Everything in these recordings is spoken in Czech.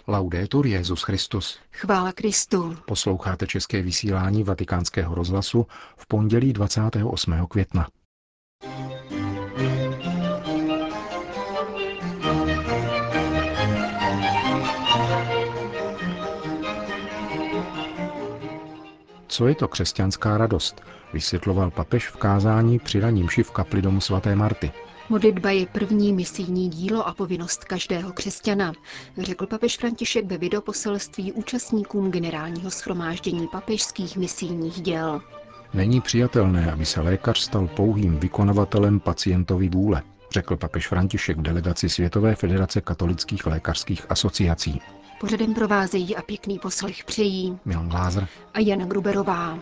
Laudetur Jesus Christus. Chvála Kristu. Posloucháte české vysílání Vatikánského rozhlasu v pondělí 28. května. Co je to křesťanská radost, vysvětloval papež v kázání při raní mši v kapli domu svaté Marty. Modlitba je první misijní dílo a povinnost každého křesťana, řekl papež František ve videoposelství účastníkům generálního shromáždění papežských misijních děl. Není přijatelné, aby se lékař stal pouhým vykonavatelem pacientovy vůle, řekl papež František delegaci Světové federace katolických lékařských asociací. Pořadem provázejí a pěkný poslech přejí Milan Glázer a Jana Gruberová.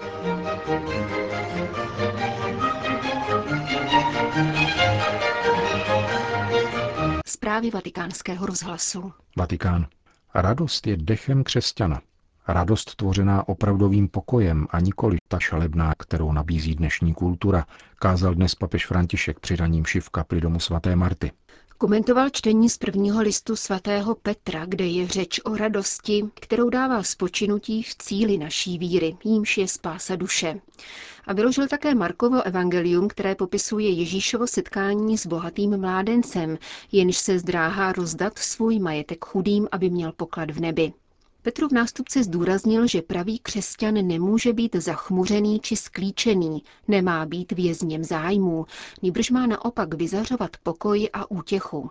Zprávy Vatikánského rozhlasu. Vatikán. Radost je dechem křesťana. Radost tvořená opravdovým pokojem a nikoli ta šalebná, kterou nabízí dnešní kultura, kázal dnes papež František při raní mši v kapli domu svaté Marty. Komentoval čtení z prvního listu svatého Petra, kde je řeč o radosti, kterou dává spočinutí v cíli naší víry, jímž je spása duše. A vyložil také Markovo evangelium, které popisuje Ježíšovo setkání s bohatým mládencem, jenž se zdráhá rozdat svůj majetek chudým, aby měl poklad v nebi. Petrův nástupce zdůraznil, že pravý křesťan nemůže být zachmuřený či sklíčený, nemá být vězněm zájmů, nýbrž má naopak vyzařovat pokoj a útěchu.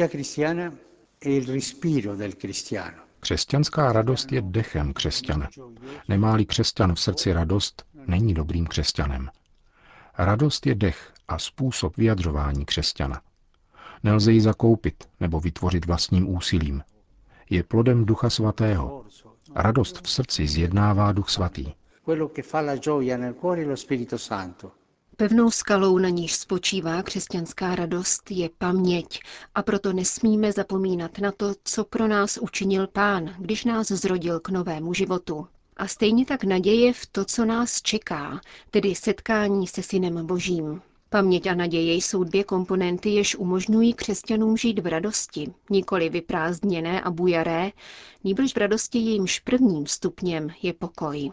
Křesťanská radost je dechem křesťana. Nemá-li křesťan v srdci radost, není dobrým křesťanem. Radost je dech a způsob vyjadřování křesťana. Nelze ji zakoupit nebo vytvořit vlastním úsilím. Je plodem Ducha Svatého. Radost v srdci zjednává Duch Svatý. Pevnou skalou, na níž spočívá křesťanská radost, je paměť a proto nesmíme zapomínat na to, co pro nás učinil Pán, když nás zrodil k novému životu. A stejně tak naděje v to, co nás čeká, tedy setkání se Synem Božím. Paměť a naděje jsou dvě komponenty, jež umožňují křesťanům žít v radosti, nikoli vyprázdněné a bujaré, nýbrž v radosti jejímž prvním stupněm je pokoj.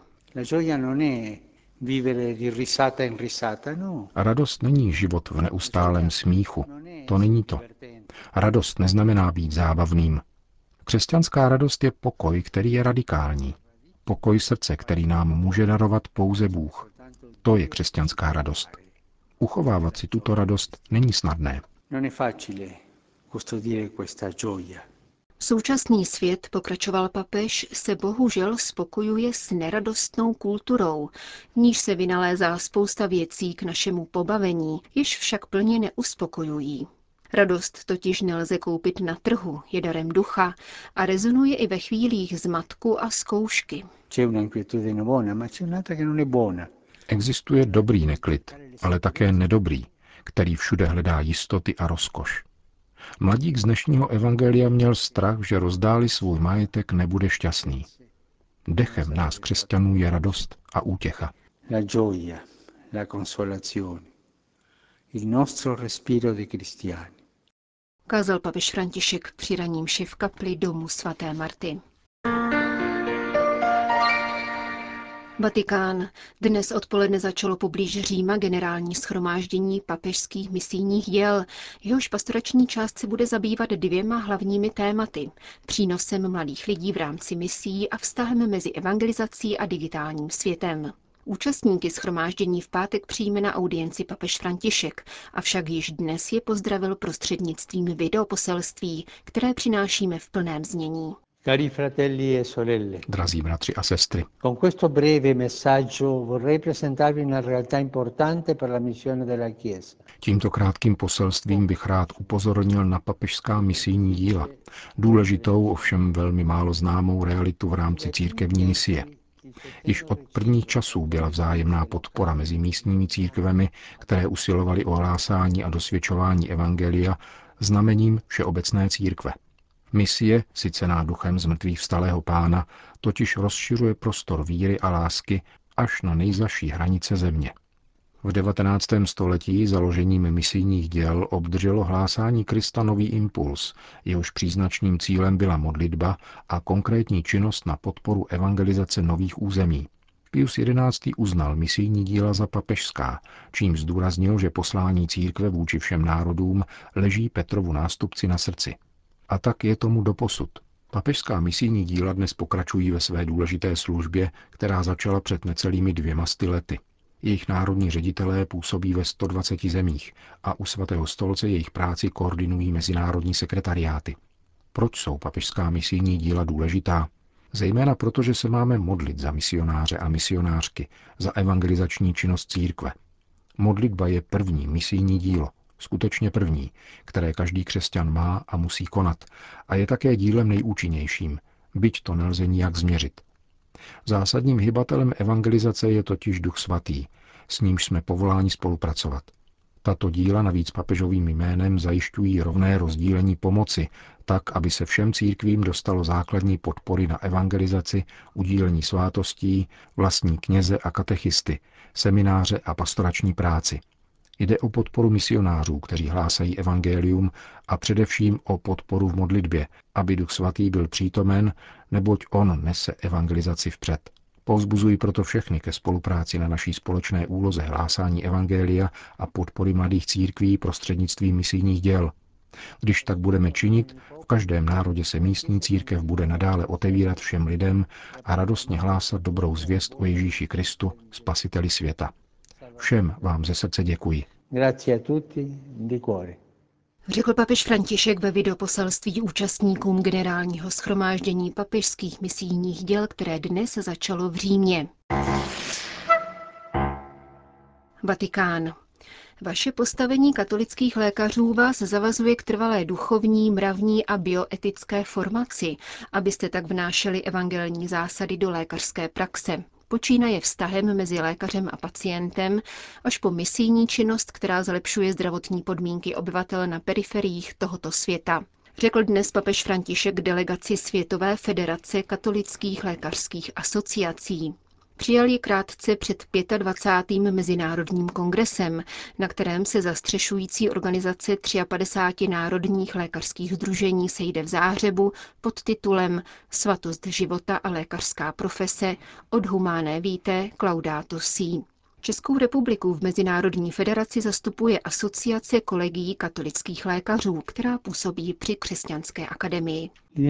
Radost není život v neustálém smíchu. To není to. Radost neznamená být zábavným. Křesťanská radost je pokoj, který je radikální. Pokoj srdce, který nám může darovat pouze Bůh. To je křesťanská radost. Uchovávat si tuto radost není snadné. Současný svět, pokračoval papež, se bohužel spokojuje s neradostnou kulturou, v níž se vynalézá spousta věcí k našemu pobavení, jež však plně neuspokojují. Radost totiž nelze koupit na trhu, je darem ducha a rezonuje i ve chvílích zmatku a zkoušky. Existuje dobrý neklid, ale také nedobrý, který všude hledá jistoty a rozkoš. Mladík z dnešního evangelia měl strach, že rozdáli svůj majetek, nebude šťastný. Dechem nás křesťanů je radost a útěcha. Kázal papež František při raní mši v kapli domu svaté Marty. Vatikán. Dnes odpoledne začalo poblíž Říma generální shromáždění papežských misijních děl. Jehož pastorační část se bude zabývat dvěma hlavními tématy. Přínosem mladých lidí v rámci misií a vztahem mezi evangelizací a digitálním světem. Účastníky shromáždění v pátek přijme na audienci papež František, avšak již dnes je pozdravil prostřednictvím videoposelství, které přinášíme v plném znění. Cari fratelli e sorelle, Drazí bratři a sestry, con questo breve messaggio vorrei presentarvi una realtà importante per la missione della Chiesa. tímto krátkým poselstvím bych rád upozornil na papežská misijní díla, důležitou, ovšem velmi málo známou realitu v rámci církevní misie. Již od prvních časů byla vzájemná podpora mezi místními církvemi, které usilovaly o hlásání a dosvědčování evangelia, znamením všeobecné církve. Misie, sycená duchem zmrtvých vstalého Pána, totiž rozšiřuje prostor víry a lásky až na nejzazší hranice země. V 19. století založením misijních děl obdrželo hlásání Krista nový impuls, jehož příznačným cílem byla modlitba a konkrétní činnost na podporu evangelizace nových území. Pius XI. Uznal misijní díla za papežská, čím zdůraznil, že poslání církve vůči všem národům leží Petrovu nástupci na srdci. A tak je tomu doposud. Papežská misijní díla dnes pokračují ve své důležité službě, která začala před necelými 200 lety. Jejich národní ředitelé působí ve 120 zemích a u Svatého stolce jejich práci koordinují mezinárodní sekretariáty. Proč jsou papežská misijní díla důležitá? Zejména proto, že se máme modlit za misionáře a misionářky, za evangelizační činnost církve. Modlitba je první misijní dílo, skutečně první, které každý křesťan má a musí konat, a je také dílem nejúčinnějším, byť to nelze nijak změřit. Zásadním hybatelem evangelizace je totiž Duch Svatý, s nímž jsme povoláni spolupracovat. Tato díla navíc papežovým jménem zajišťují rovné rozdílení pomoci, tak, aby se všem církvím dostalo základní podpory na evangelizaci, udílení svátostí, vlastní kněze a katechisty, semináře a pastorační práci. Jde o podporu misionářů, kteří hlásají evangelium, a především o podporu v modlitbě, aby Duch Svatý byl přítomen, neboť on nese evangelizaci vpřed. Povzbuzuji proto všechny ke spolupráci na naší společné úloze hlásání evangelia a podpory mladých církví prostřednictvím misijních děl. Když tak budeme činit, v každém národě se místní církev bude nadále otevírat všem lidem a radostně hlásat dobrou zvěst o Ježíši Kristu, spasiteli světa. Všem vám ze srdce děkuji. Grazie a tutti di cuore. Řekl papež František ve videoposelství účastníkům generálního shromáždění papežských misijních děl, které dnes začalo v Římě. Vatikán. Vaše postavení katolických lékařů vás zavazuje k trvalé duchovní, mravní a bioetické formaci, abyste tak vnášeli evangelní zásady do lékařské praxe. Počínaje vztahem mezi lékařem a pacientem až po misijní činnost, která zlepšuje zdravotní podmínky obyvatel na periferiích tohoto světa, řekl dnes papež František delegaci Světové federace katolických lékařských asociací. Přijal ji krátce před 25. Mezinárodním kongresem, na kterém se zastřešující organizace 53 národních lékařských sdružení sejde v Záhřebu pod titulem Svatost života a lékařská profese od humanae vitae Laudato si. Českou republiku v Mezinárodní federaci zastupuje asociace kolegií katolických lékařů, která působí při Křesťanské akademii.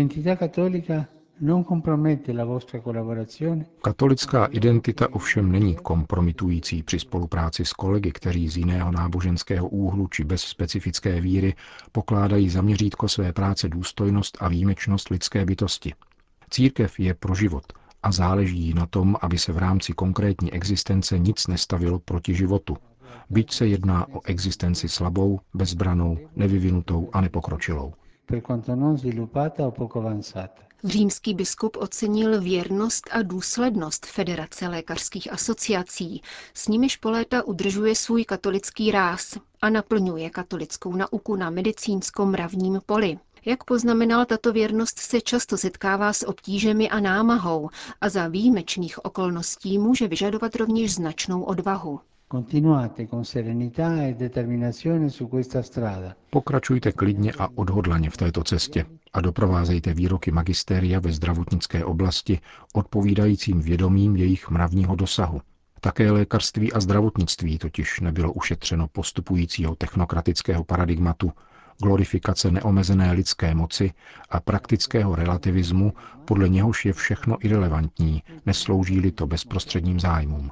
Katolická identita ovšem není kompromitující při spolupráci s kolegy, kteří z jiného náboženského úhlu či bez specifické víry pokládají za měřítko své práce důstojnost a výjimečnost lidské bytosti. Církev je pro život a záleží jí na tom, aby se v rámci konkrétní existence nic nestavilo proti životu, byť se jedná o existenci slabou, bezbranou, nevyvinutou a nepokročilou. Římský biskup ocenil věrnost a důslednost Federace lékařských asociací, s nimiž po léta udržuje svůj katolický ráz a naplňuje katolickou nauku na medicínsko-mravním poli. Jak poznamenal, tato věrnost se často setkává s obtížemi a námahou a za výjimečných okolností může vyžadovat rovněž značnou odvahu. Pokračujte klidně a odhodlaně v této cestě a doprovázejte výroky magistéria ve zdravotnické oblasti odpovídajícím vědomím jejich mravního dosahu. Také lékařství a zdravotnictví totiž nebylo ušetřeno postupujícího technokratického paradigmatu, glorifikace neomezené lidské moci a praktického relativismu, podle něhož je všechno irelevantní, neslouží-li to bezprostředním zájmům.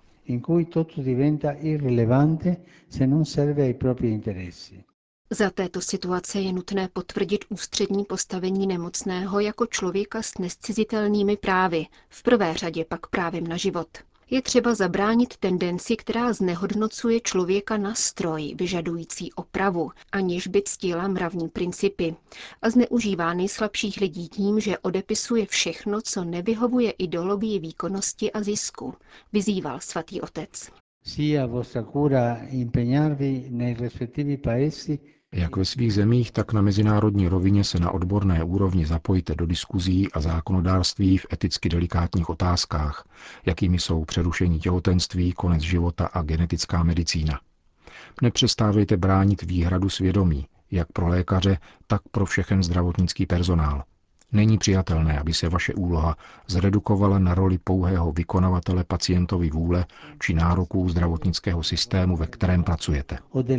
Za této situace je nutné potvrdit ústřední postavení nemocného jako člověka s nescizitelnými právy, v prvé řadě pak právem na život. Je třeba zabránit tendenci, která znehodnocuje člověka na stroj, vyžadující opravu, aniž by ctila mravní principy, a zneužívá nejslabších lidí tím, že odepisuje všechno, co nevyhovuje ideologii výkonnosti a zisku, vyzýval svatý otec. Sia vostra cura impegnarvi nei rispettivi paesi Jak ve svých zemích, tak na mezinárodní rovině se na odborné úrovni zapojte do diskuzí a zákonodárství v eticky delikátních otázkách, jakými jsou přerušení těhotenství, konec života a genetická medicína. Nepřestávejte bránit výhradu svědomí, jak pro lékaře, tak pro všechen zdravotnický personál. Není přijatelné, aby se vaše úloha zredukovala na roli pouhého vykonavatele pacientovy vůle či nároků zdravotnického systému, ve kterém pracujete.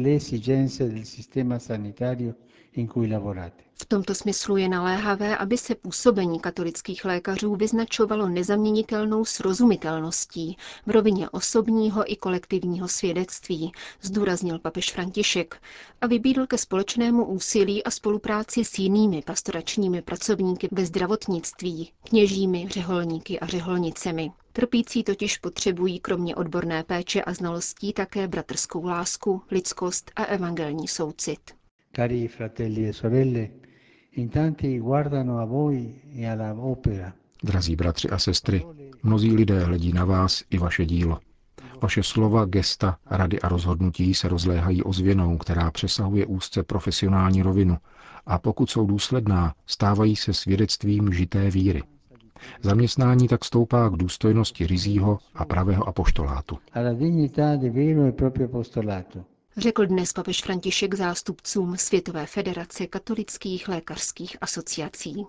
V tomto smyslu je naléhavé, aby se působení katolických lékařů vyznačovalo nezaměnitelnou srozumitelností v rovině osobního i kolektivního svědectví, zdůraznil papež František a vybídl ke společnému úsilí a spolupráci s jinými pastoračními pracovníky ve zdravotnictví, kněžími, řeholníky a řeholnicemi. Trpící totiž potřebují kromě odborné péče a znalostí také bratrskou lásku, lidskost a evangelní soucit. Cari fratelli e sorelle, in tanti guardano a voi e alla opera. Drazí bratři a sestry, mnozí lidé hledí na vás i vaše dílo. Vaše slova, gesta, rady a rozhodnutí se rozléhají ozvěnou, která přesahuje úzce profesionální rovinu a pokud jsou důsledná, stávají se svědectvím žité víry. Zaměstnání tak stoupá k důstojnosti ryzího a pravého apoštolátu. Řekl dnes papež František zástupcům Světové federace katolických lékařských asociací.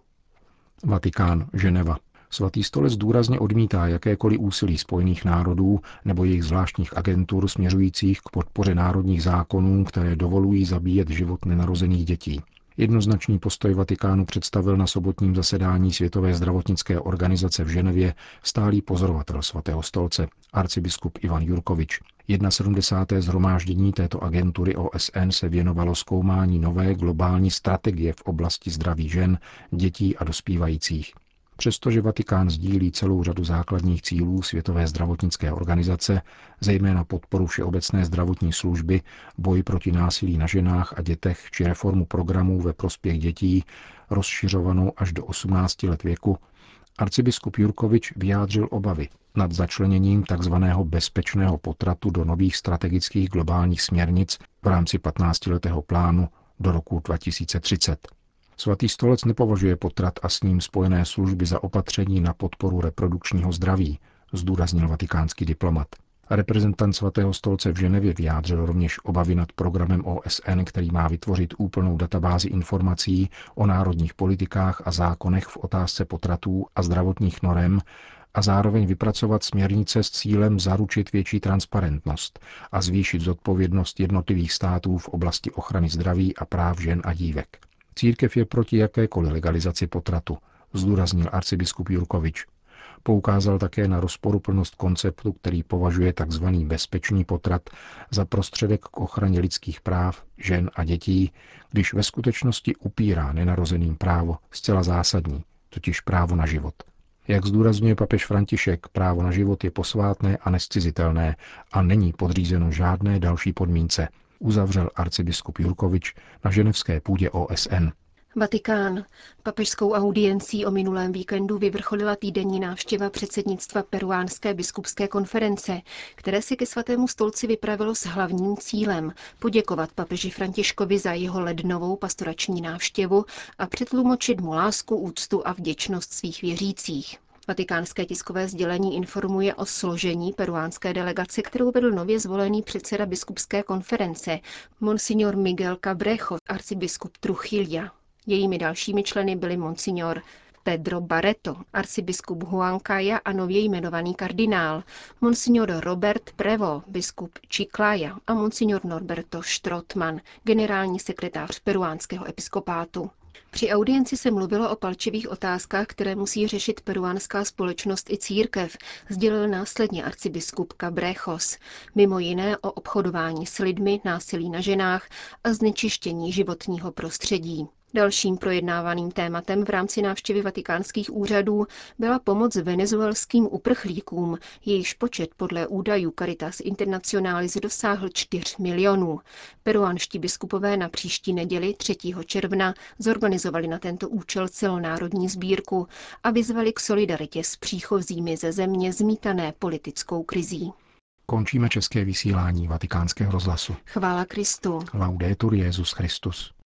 Vatikán, Ženeva. Svatý stolec důrazně odmítá jakékoliv úsilí Spojených národů nebo jejich zvláštních agentur směřujících k podpoře národních zákonů, které dovolují zabíjet život nenarozených dětí. Jednoznačný postoj Vatikánu představil na sobotním zasedání Světové zdravotnické organizace v Ženevě stálý pozorovatel Svatého stolce, arcibiskup Ivan Jurkovič. 71. shromáždění této agentury OSN se věnovalo zkoumání nové globální strategie v oblasti zdraví žen, dětí a dospívajících. Přestože Vatikán sdílí celou řadu základních cílů Světové zdravotnické organizace, zejména podporu všeobecné zdravotní služby, boj proti násilí na ženách a dětech či reformu programů ve prospěch dětí, rozšiřovanou až do 18 let věku, arcibiskup Jurkovič vyjádřil obavy nad začleněním tzv. Bezpečného potratu do nových strategických globálních směrnic v rámci 15letého plánu do roku 2030. Svatý stolec nepovažuje potrat a s ním spojené služby za opatření na podporu reprodukčního zdraví, zdůraznil vatikánský diplomat. Reprezentant Svatého stolce v Ženevě vyjádřil rovněž obavy nad programem OSN, který má vytvořit úplnou databázi informací o národních politikách a zákonech v otázce potratů a zdravotních norem a zároveň vypracovat směrnice s cílem zaručit větší transparentnost a zvýšit zodpovědnost jednotlivých států v oblasti ochrany zdraví a práv žen a dívek. Církev je proti jakékoliv legalizaci potratu, zdůraznil arcibiskup Jurkovič. Poukázal také na rozporuplnost konceptu, který považuje tzv. Bezpečný potrat za prostředek k ochraně lidských práv žen a dětí, když ve skutečnosti upírá nenarozeným právo zcela zásadní, totiž právo na život. Jak zdůrazňuje papež František, právo na život je posvátné a nezcizitelné a není podřízeno žádné další podmínce, uzavřel arcibiskup Jurkovič na ženevské půdě OSN. Vatikán. Papežskou audiencí o minulém víkendu vyvrcholila týdenní návštěva předsednictva Peruánské biskupské konference, které si ke Svatému stolci vypravilo s hlavním cílem poděkovat papeži Františkovi za jeho lednovou pastorační návštěvu a přetlumočit mu lásku, úctu a vděčnost svých věřících. Vatikánské tiskové sdělení informuje o složení peruánské delegace, kterou vedl nově zvolený předseda biskupské konference, monsignor Miguel Cabrejo, arcibiskup Trujillo. Jejími dalšími členy byli monsignor Pedro Barreto, arcibiskup Huancaya a nově jmenovaný kardinál, monsignor Robert Prevo, biskup Chiclayo a monsignor Norberto Strootman, generální sekretář peruánského episkopátu. Při audienci se mluvilo o palčivých otázkách, které musí řešit peruánská společnost i církev, sdělil následně arcibiskup Cabrejos, mimo jiné o obchodování s lidmi, násilí na ženách a znečištění životního prostředí. Dalším projednávaným tématem v rámci návštěvy vatikánských úřadů byla pomoc venezuelským uprchlíkům, jejichž počet podle údajů Caritas Internationalis dosáhl 4 milionů. Peruánští biskupové na příští neděli 3. června zorganizovali na tento účel celonárodní sbírku a vyzvali k solidaritě s příchozími ze země zmítané politickou krizí. Končíme české vysílání Vatikánského rozhlasu. Chvála Kristu. Laudetur Jesus Christus.